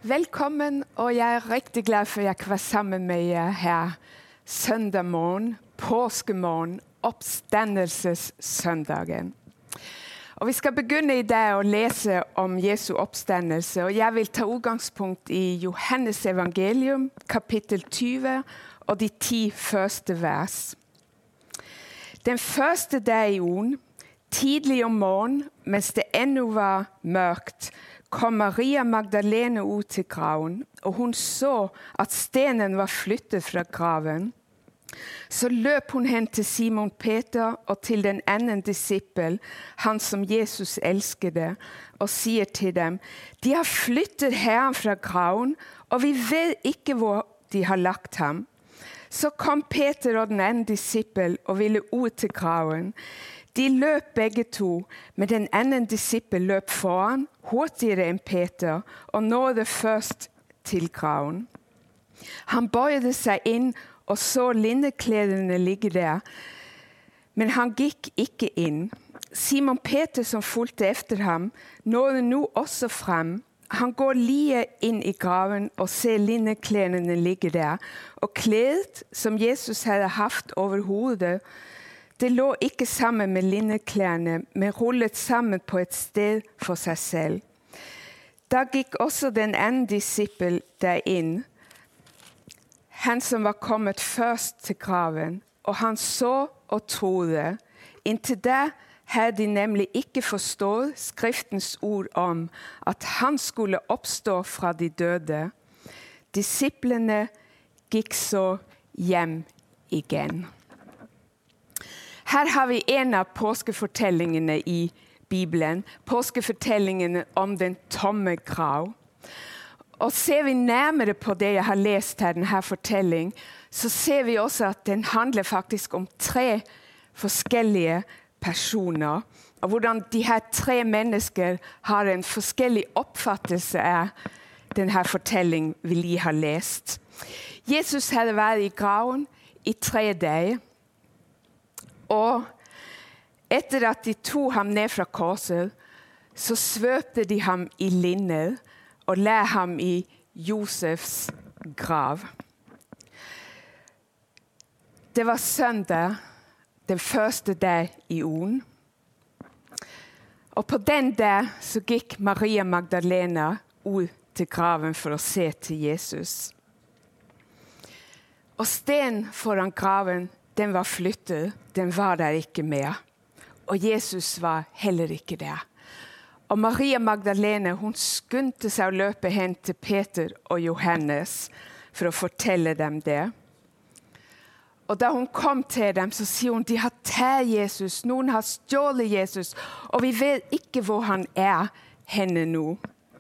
Velkommen, og jeg er rigtig glad for, at jeg kan være sammen med jer her søndag morgen, påskemorgen, opstandelsessøndagen. Og vi skal begynde i dag at læse om Jesu opstandelse, og jeg vil tage udgangspunkt i Johannes evangelium, kapitel 20, og de 10 første vers. Den første dag i ugen, tidlig om morgen, mens det endnu var mørkt, kom Maria Magdalene ud til graven, og hun så, at stenen var flyttet fra graven. Så løb hun hen til Simon Peter og til den anden disciple, han som Jesus elskede, og siger til dem, de har flyttet Herren fra graven, og vi ved ikke, hvor de har lagt ham. Så kom Peter og den anden disciple og ville ud til graven. De løb begge to, men den anden disciple løb foran, hurtigere end Peter, og nåede først til graven. Han bøjede sig ind og så lindeklæderne ligge der, men han gik ikke ind. Simon Peter, som fulgte efter ham, nåede nu også frem. Han går lige ind i graven og ser lindeklæderne ligge der, og klædet, som Jesus havde haft over hovedet, det lå ikke sammen med lindeklæderne, men rullet sammen på et sted for sig selv. Der gik også den anden disciple derind, han som var kommet først til graven, og han så og troede. Indtil da havde de nemlig ikke forstået skriftens ord om, at han skulle opstå fra de døde. Disciplene gik så hjem igen. Her har vi en af påskefortællingerne i Bibelen, påskefortællingen om den tomme grav. Og ser vi nærmere på det, jeg har læst her, den her fortælling, så ser vi også, at den handler faktisk om 3 forskellige personer, og hvordan de her 3 mennesker har en forskellig opfattelse af den her fortælling, vi lige har læst. Jesus havde været i graven i 3 dage, og efter at de tog ham ned fra korset, så svøbte de ham i linned og lagde ham i Josefs grav. Det var søndag, den første dag i ugen. Og på den dag så gik Maria Magdalena ud til graven for at se til Jesus. Og sten foran graven, den var flyttet, den var der ikke mere. Og Jesus var heller ikke der. Og Maria Magdalene, hun skyndte sig at løbe hen til Peter og Johannes for at fortælle dem det. Og da hun kom til dem, så siger hun, de har taget Jesus, nogen har stjålet Jesus, og vi ved ikke, hvor han er henne nu.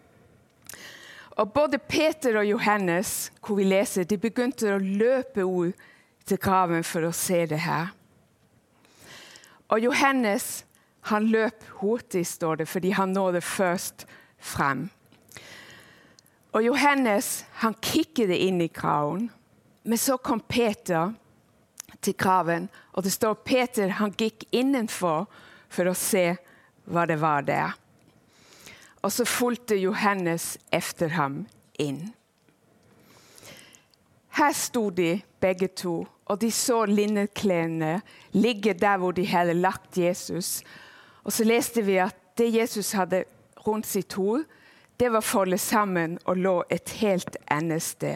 Og både Peter og Johannes, kunne vi læse, de begyndte at løbe ud til graven for at se det her. Og Johannes, han løb hurtigt, står det, fordi han nåede først frem. Og Johannes, han kiggede ind i graven, men så kom Peter til graven, og det står, Peter, han gik indenfor for at se, hvad det var der. Og så fulgte Johannes efter ham ind. Her stod de begge to, og de så lindeklæderne ligge der, hvor de havde lagt Jesus. Og så læste vi, at det Jesus havde rundt sit hoved, det var foldet sammen og lå et helt andet sted.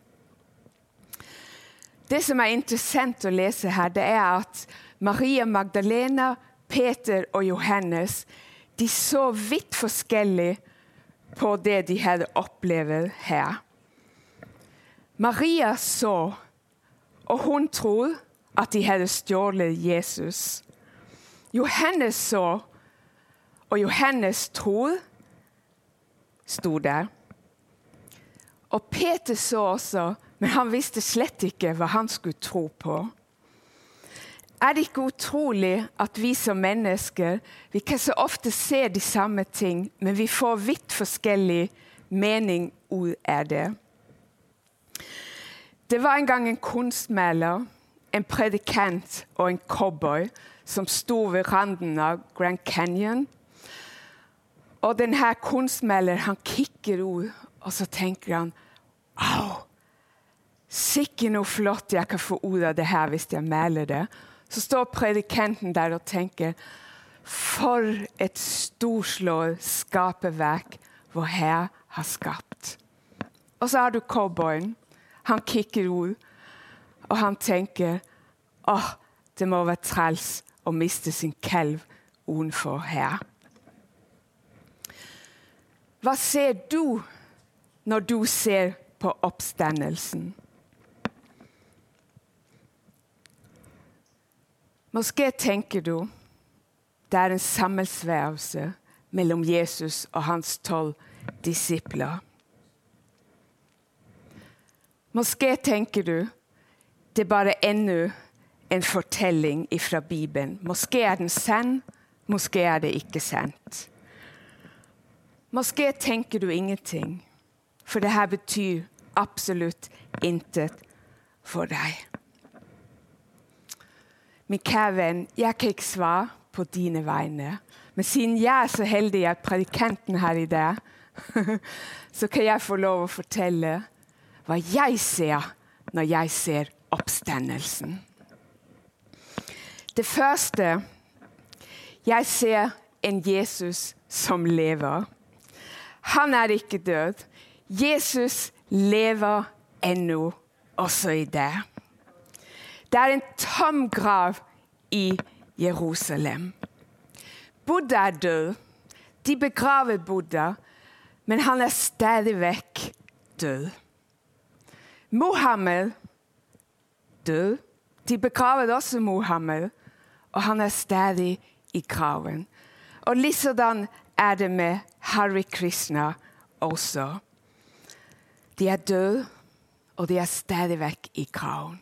Det, som er interessant at læse her, det er, at Maria Magdalena, Peter og Johannes, de så vidt forskelligt på det, de havde oplevet her. Maria så, og hun troede, at de havde stjålet Jesus. Johannes så, og Johannes troede, stod der. Og Peter så også, men han vidste slet ikke, hvad han skulle tro på. Er det ikke utroligt, at vi som mennesker, vi kan så ofte se de samme ting, men vi får vidt forskellig mening ud af det. Det var engang en kunstmaler, en prædikant og en cowboy, som stod ved randen af Grand Canyon. Og den her kunstmaler, han kigger ud, Og så tænker han, sikke noget flot jeg kan få ud af det her, hvis jeg maler det. Så står prædikanten der og tænker, for et storslået skaberværk, hvor Herre har skabt. Og så har du cowboyen. Han kigger ud, og han tænker, det må være træls at miste sin kalv udenfor her. Hvad ser du, når du ser på opstandelsen? Måske tænker du, der er en sammensværgelse mellem Jesus og hans 12 discipler. Måske tænker du, det er bare endnu en fortælling fra Bibelen. Måske er den sand, måske er det ikke sandt. Måske tænker du ingenting, for det her betyder absolut intet for dig. Min kære ven, jeg kan ikke svare på dine vegne, men siden jeg er så heldig at prædikanten her i dag, så kan jeg få lov at fortælle, hvad jeg ser, når jeg ser opstandelsen. Det første, jeg ser en Jesus, som lever. Han er ikke død. Jesus lever endnu, også i dag. Der er en tom grav i Jerusalem. Buddha er død. De begraver Buddha, men han er stadigvæk død. Muhammed død. De begravede også Muhammed, og han er stadig i graven. Og ligesådan er det med Hare Krishna også. De er døde, og de er stadigvæk i graven.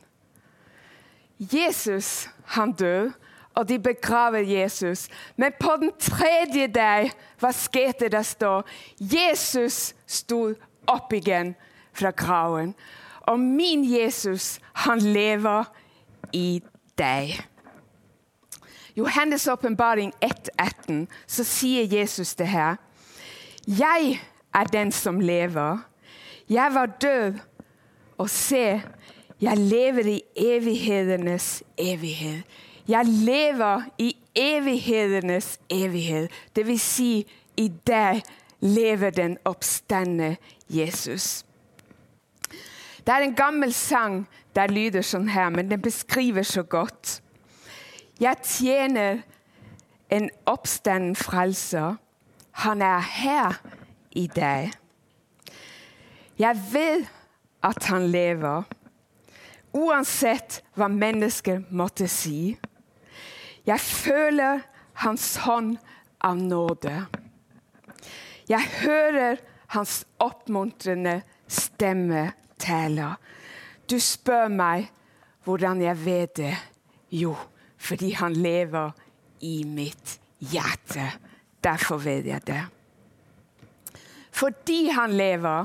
Jesus, han døde, og de begraver Jesus. Men på den 3. dag, hvad skete der står? Jesus stod op igen fra graven. Og min Jesus, han lever i dig. Johannes åbenbaring 1:18, så siger Jesus det her. Jeg er den som lever. Jeg var død, og se, jeg lever i evighedernes evighed. Jeg lever i evighedernes evighed. Det vil sige, i dag lever den opstandne Jesus. Der er en gammel sang, der lyder sådan her, men den beskriver så godt. Jeg tjener en opstanden frelser. Han er her i dag. Jeg ved, at han lever, uanset hvad mennesker måtte sige. Jeg føler hans hånd af nåde. Jeg hører hans opmuntrende stemme taler. Du spørger mig, hvordan jeg ved det. Jo, fordi han lever i mit hjerte. Derfor ved jeg det. Fordi han lever,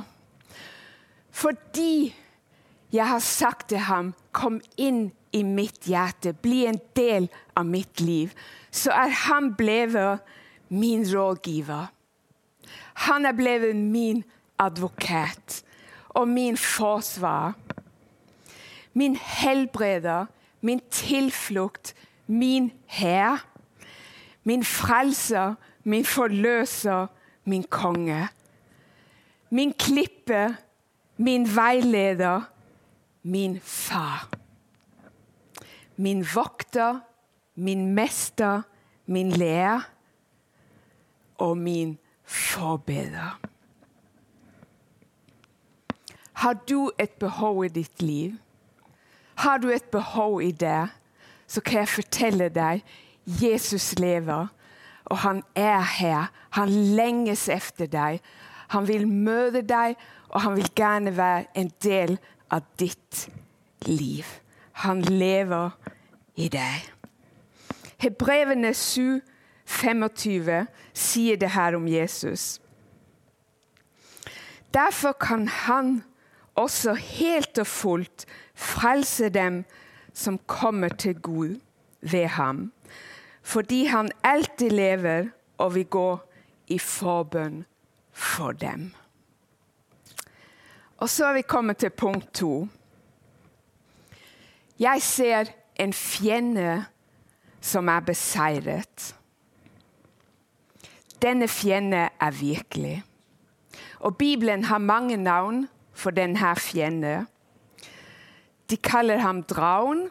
fordi jeg har sagt til ham, kom ind i mit hjerte, bliv en del af mit liv, så er han blevet min rådgiver. Han er blevet min advokat og min forsvar. Min helbreder, min tilflugt, min herre, min frelser, min forløser, min konge. Min klippe, min vejleder, min far. Min vogter, min mester, min lærer og min forbeder. Har du et behov i dit liv? Har du et behov i dig? Så kan jeg fortælle dig, Jesus lever, og han er her. Han længes efter dig. Han vil møde dig, og han vil gerne være en del af dit liv. Han lever i dig. Hebræerne 7:25 siger det her om Jesus. Derfor kan han også helt og fuldt frelse dem, som kommer til Gud ved ham. Fordi han altid lever, og vi går i forbøn for dem. Og så er vi kommet til punkt 2. Jeg ser en fjende, som er besejret. Denne fjende er virkelig. Og Bibelen har mange navn for den her fjende. De kalder ham dragen,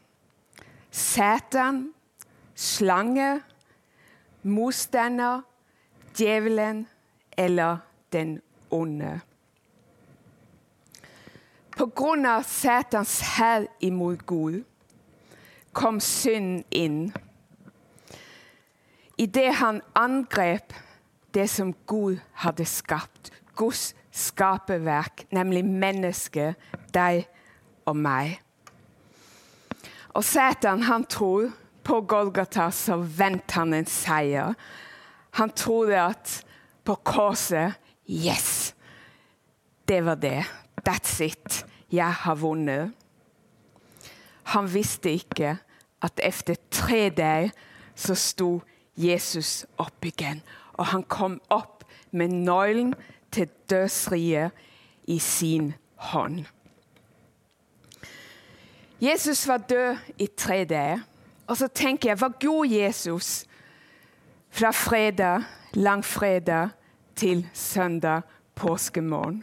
Satan, slange, modstander, djævelen eller den onde. På grund af Satans had imod Gud, kom synden ind. I det han angreb det, som Gud havde skabt. Guds skaberværk, nemlig menneske, dig og mig. Og Satan, han troede på Golgata, så vandt han en sejr. Han troede, at på korset, yes, det var det. That's it. Jeg har vundet. Han vidste ikke, at efter 3 dage, så stod Jesus op igen. Og han kom op med nøglen til dødsriget i sin hånd. Jesus var død i 3 dage. Og så tænker jeg, hvad gjorde Jesus fra fredag, langfredag til søndag, påskemorgen?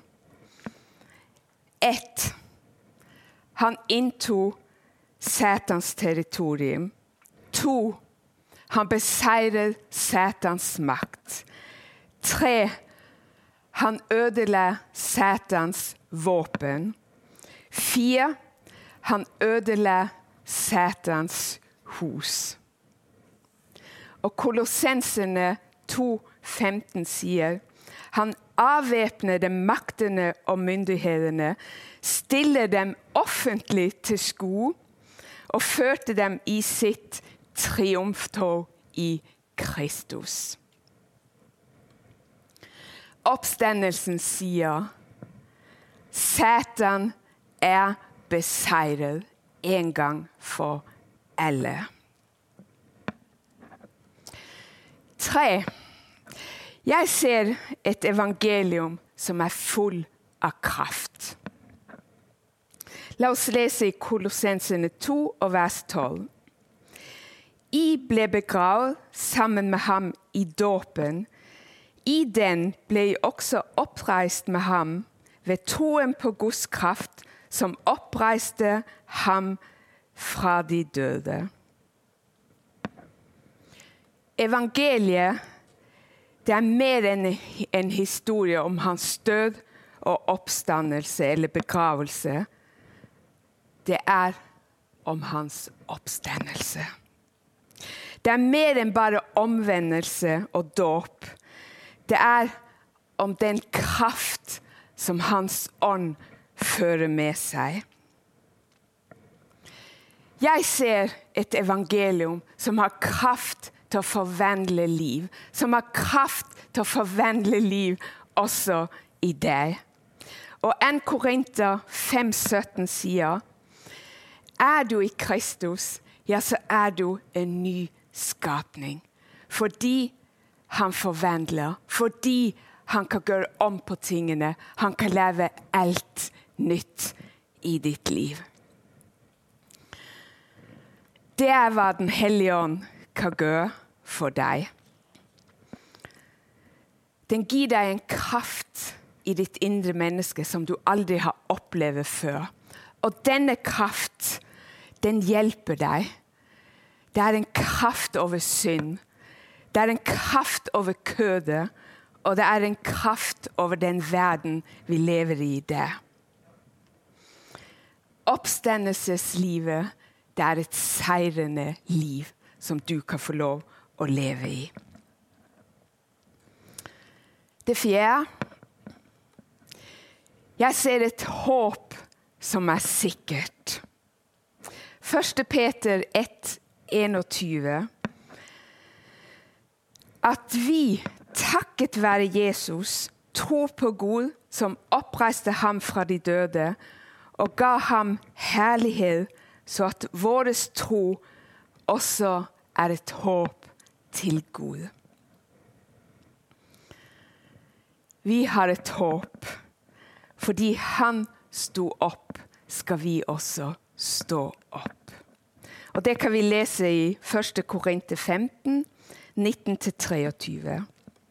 1. Han indtog Satans territorium. 2. Han besejrede Satans magt. 3. Han ødelagde Satans våben. 4. Han ødelagde Satans hus. Og Kolossenserne 2:15 siger, han afvæbnede magterne og myndighederne, stillede dem offentligt til skue og førte dem i sit triumftog i Kristus. Opstandelsen siger, Satan er besejret en gang for alle. 3. Jeg ser et evangelium, som er fuld af kraft. Lad os læse i Kolossenserne 2 og vers 12. I blev begravet sammen med ham i dåben. I den blev I også oprejst med ham ved troen på Guds kraft, som oprejste ham fra de døde. Evangeliet, det er mere end en historie om hans død og opstandelse eller begravelse. Det er om hans opstandelse. Det er mere end bare omvendelse og dåb. Det er om den kraft, som hans ånd fører med sig. Jeg ser et evangelium, som har kraft til at forvandle liv. Som har kraft til at forvandle liv også i dag. Og 2. Korinther 5:17 siger, er du i Kristus, ja, så er du en ny skabning. Fordi han forvandler, fordi han kan gøre om på tingene, han kan lave alt nyt i dit liv. Det er, hvad den hellige ånd kan gøre for dig. Den giver dig en kraft i dit indre menneske, som du aldrig har oplevet før. Og denne kraft, den hjælper dig. Der er en kraft over synd. Der er en kraft over kødet. Og der er en kraft over den verden, vi lever i der. Opstandelseslivet, det er et sejrende liv, som du kan få lov at leve i. Det 4. Jeg ser et håb, som er sikkert. 1. Peter 1:21. At vi, takket være Jesus, tror på Gud, som oprejste ham fra de døde, og gav ham herlighed, så at vores tro også er et håb til Gud. Vi har et håb, Fordi han stod op, skal vi også stå op. Og det kan vi læse i 1. Korinther 15, 19-23.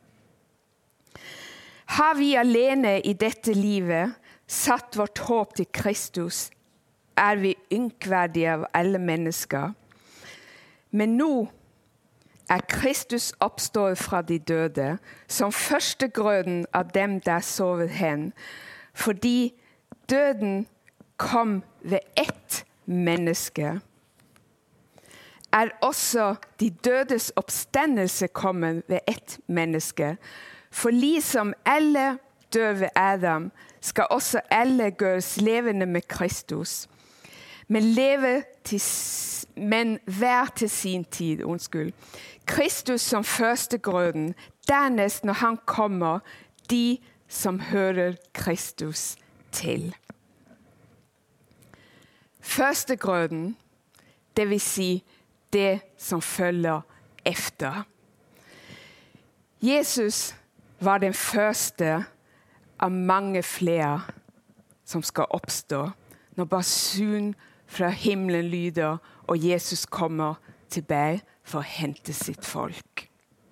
Har vi alene i dette livet satt vårt håb til Kristus, er vi ynkværdige av alle mennesker. Men nu er Kristus opstået fra de døde, som førstegrøden av dem, der sovet hen, fordi døden kom ved ett menneske. Er også de dødes opstandelse kommet ved ett menneske. For ligesom alle døde ved Adam, skal også alle gøres levende med Kristus. Men hver til sin tid, Kristus som førstegrøden, dernæst når han kommer, de som hører Kristus til. Førstegrøden, det vil sige det, som følger efter. Jesus var den første af mange flere, som skal opstå, når basun fra himlen lyder, og Jesus kommer tilbage for at hente sit folk.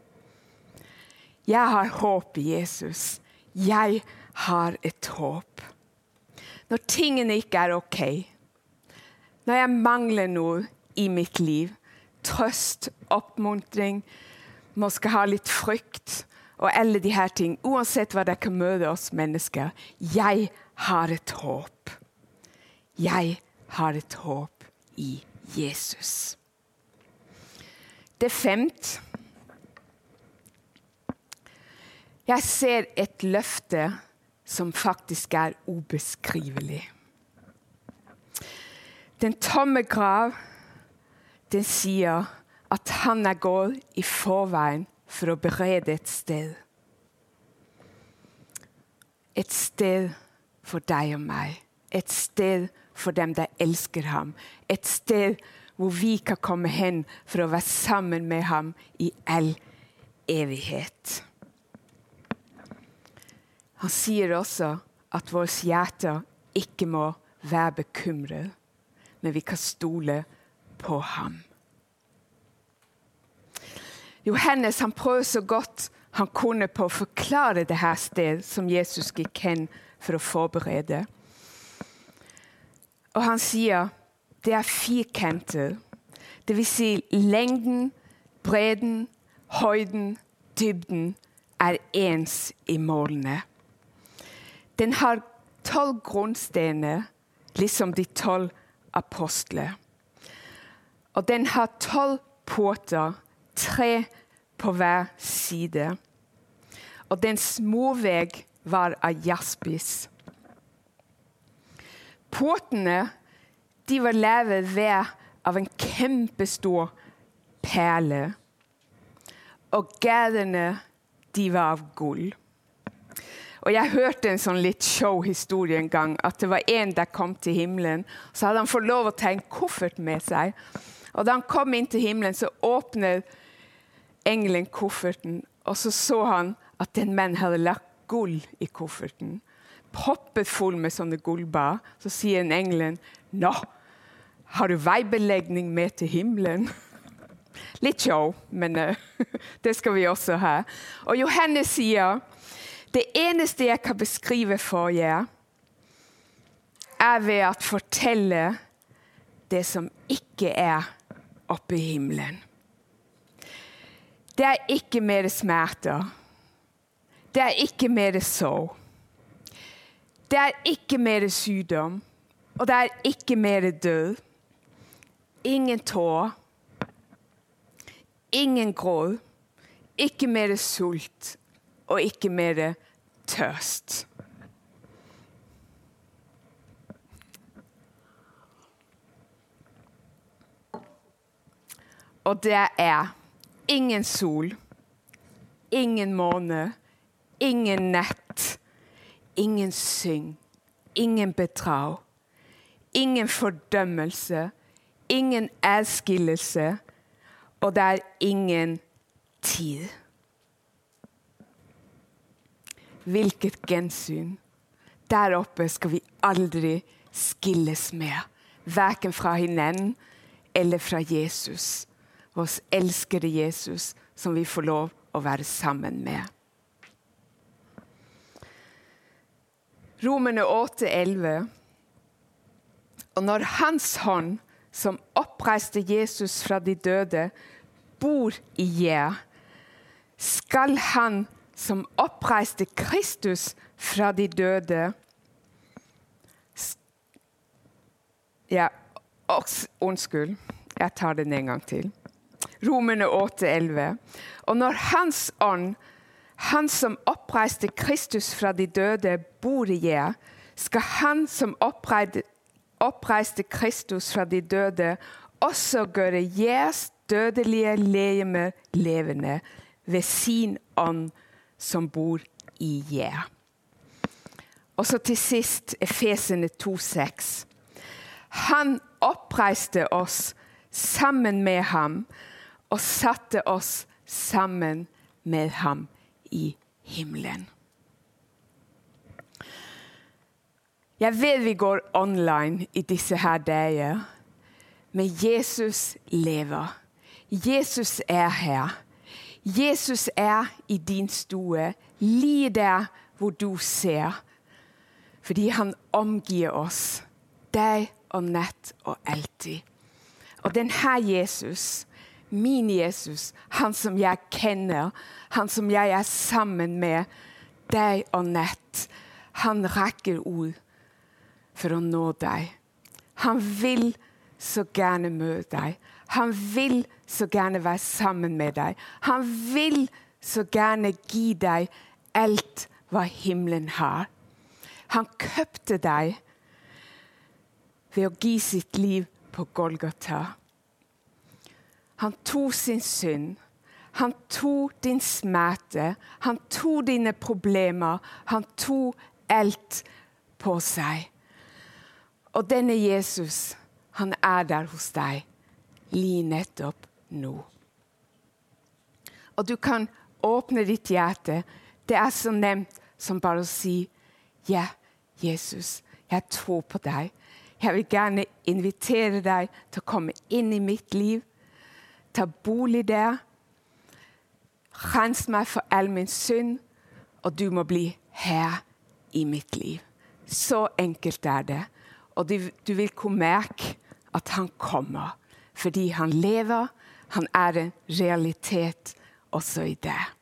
Jeg har håb i Jesus. Jeg har et håb. Når tingene ikke er okay, når jeg mangler noget i mit liv, trøst, opmuntring, måske har lidt frygt, og alle de her ting, uanset hvad der kan møde os mennesker, jeg har et håb. Jeg har et håb i Jesus. Det 5. Jeg ser et løfte, som faktisk er ubeskrivelig. Den tomme grav, den siger, at han er gået i forvejen for at berede et sted. Et sted for dig og mig. Et sted for dem, der elsker ham. Et sted, hvor vi kan komme hen for at være sammen med ham i al evighed. Han siger også, at vores hjerter ikke må være bekymret, men vi kan stole på ham. Johannes, han prøvede så godt han kunne på at forklare det her sted, som Jesus gik hen for at forberede. Og han siger, det er firkantet. Det vil sige, længden, bredden, højden, dybden er ens i målene. Den har 12 grundstene, ligesom de 12 apostle. Og den har 12 porter, 3 på hver side. Og dens murvæg var af jaspis. Portene, de var lavet hver af en kæmpestor perle. Og gaderne, de var af guld. Og jeg hørte en sådan lidt sjov historie engang, at det var en, der kom til himlen. Så havde han fået lov at tage en kuffert med sig. Og da han kom ind til himlen, så åbnede englen kufferten. Og så han, at den mand havde lagt guld i kufferten. Proppet fuld med sådan guldbar. Så siger en englen, nå, har du vejbelægning med til himlen? Lidt sjov, men det skal vi også have. Og Johannes siger, det eneste jeg kan beskrive for jer, er ved at fortælle det som ikke er oppe i himlen. Det er ikke mere smerter. Det er ikke mere sorg. Det er ikke mere sygdom. Og det er ikke mere død. Ingen tårer. Ingen gråd. Ikke mere sult. Og ikke mere tørst. Og der er ingen sol, ingen måne, ingen nat, ingen synd, ingen bedrag, ingen fordømmelse, ingen adskillelse, og der er ingen tid. Hvilket gensyn. der oppe skal vi aldrig skilles mere. Hverken fra hinanden eller fra Jesus. Vores elskede Jesus, som vi får lov at være sammen med. Romerne 8:11. Og når hans hånd, som oprejste Jesus fra de døde, bor i jer, skal han, som oprejste Kristus fra de døde, undskyld, jeg tager den en gang til. Romerne 8:11. Og når hans ånd, han som oprejste Kristus fra de døde, bor i jer, skal han som oprejste Kristus fra de døde, også gøre jeres dødelige legeme levende ved sin ånd, som bor i jer. Og så til sidst Efeserne 2:6. Han oprejste os sammen med ham, og satte os sammen med ham i himlen. Jeg ved, vi går online i disse her dage, men Jesus lever. Jesus er her. Jesus er i din stue, lige der, hvor du ser. Fordi han omgiver os, dag og nat og altid. Og den her Jesus, min Jesus, han som jeg kender, han som jeg er sammen med, dag og nat, han rækker ud for at nå dig. Han vil så gerne møde dig. Han vil så gerne være sammen med dig. Han vil så gerne give dig alt, hvad himlen har. Han købte dig ved at give sit liv på Golgata. Han tog sin synd. Han tog din smerte. Han tog dine problemer. Han tog alt på sig. Og denne Jesus, han er der hos dig lige netop nu. Og du kan åbne dit hjerte. Det er så nemt som bare at sige, ja, Jesus, jeg tror på dig. Jeg vil gerne invitere dig til at komme ind i mit liv. Tag bolig der. Rens mig for al min synd. Og du må blive her i mit liv. Så enkelt er det. Og du vil kunne mærke, at han kommer. Fordi han lever. Han er en realitet også i det.